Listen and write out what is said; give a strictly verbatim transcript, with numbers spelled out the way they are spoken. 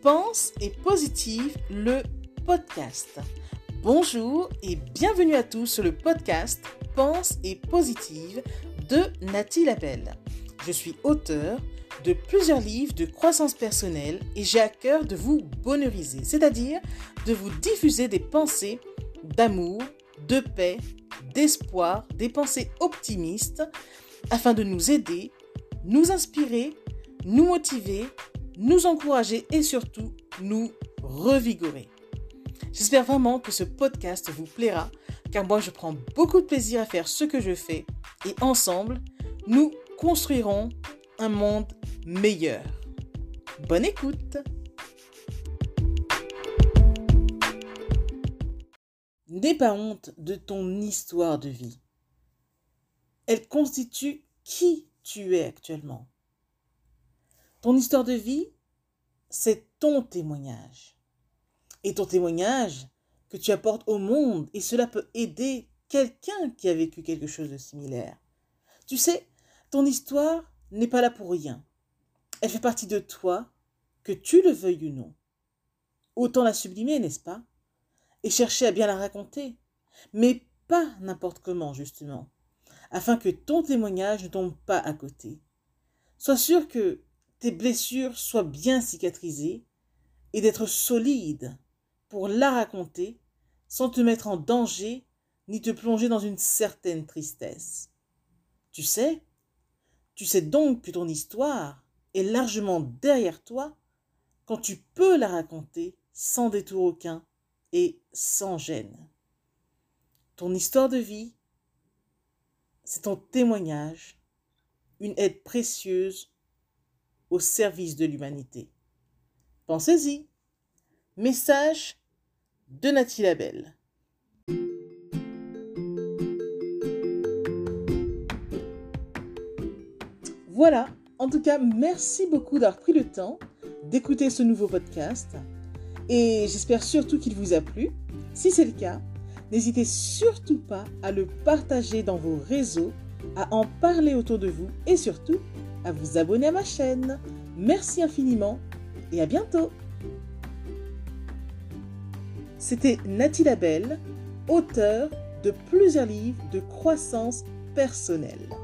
Pense et Positive, le podcast. Bonjour et bienvenue à tous sur le podcast Pense et Positive de Nathalie Labelle. Je suis auteure de plusieurs livres de croissance personnelle et j'ai à cœur de vous bonheuriser, c'est-à-dire de vous diffuser des pensées d'amour, de paix, d'espoir, des pensées optimistes afin de nous aider, nous inspirer, nous motiver, nous encourager et surtout nous revigorer. J'espère vraiment que ce podcast vous plaira car moi je prends beaucoup de plaisir à faire ce que je fais et ensemble nous construirons un monde meilleur. Bonne écoute! N'aie pas honte de ton histoire de vie. Elle constitue qui tu es actuellement. Ton histoire de vie, c'est ton témoignage. Et ton témoignage que tu apportes au monde, et cela peut aider quelqu'un qui a vécu quelque chose de similaire. Tu sais, ton histoire n'est pas là pour rien. Elle fait partie de toi, que tu le veuilles ou non. Autant la sublimer, n'est-ce pas? Et chercher à bien la raconter. Mais pas n'importe comment, justement. Afin que ton témoignage ne tombe pas à côté. Sois sûr que tes blessures soient bien cicatrisées et d'être solide pour la raconter sans te mettre en danger ni te plonger dans une certaine tristesse. Tu sais, tu sais donc que ton histoire est largement derrière toi quand tu peux la raconter sans détour aucun et sans gêne. Ton histoire de vie, c'est ton témoignage, une aide précieuse au service de l'humanité. Pensez-y. Message de Nathalie Labelle. Voilà, en tout cas, merci beaucoup d'avoir pris le temps d'écouter ce nouveau podcast et j'espère surtout qu'il vous a plu. Si c'est le cas, n'hésitez surtout pas à le partager dans vos réseaux, à en parler autour de vous et surtout à vous abonner à ma chaîne. Merci infiniment et à bientôt. C'était Nathalie Labelle, auteure de plusieurs livres de croissance personnelle.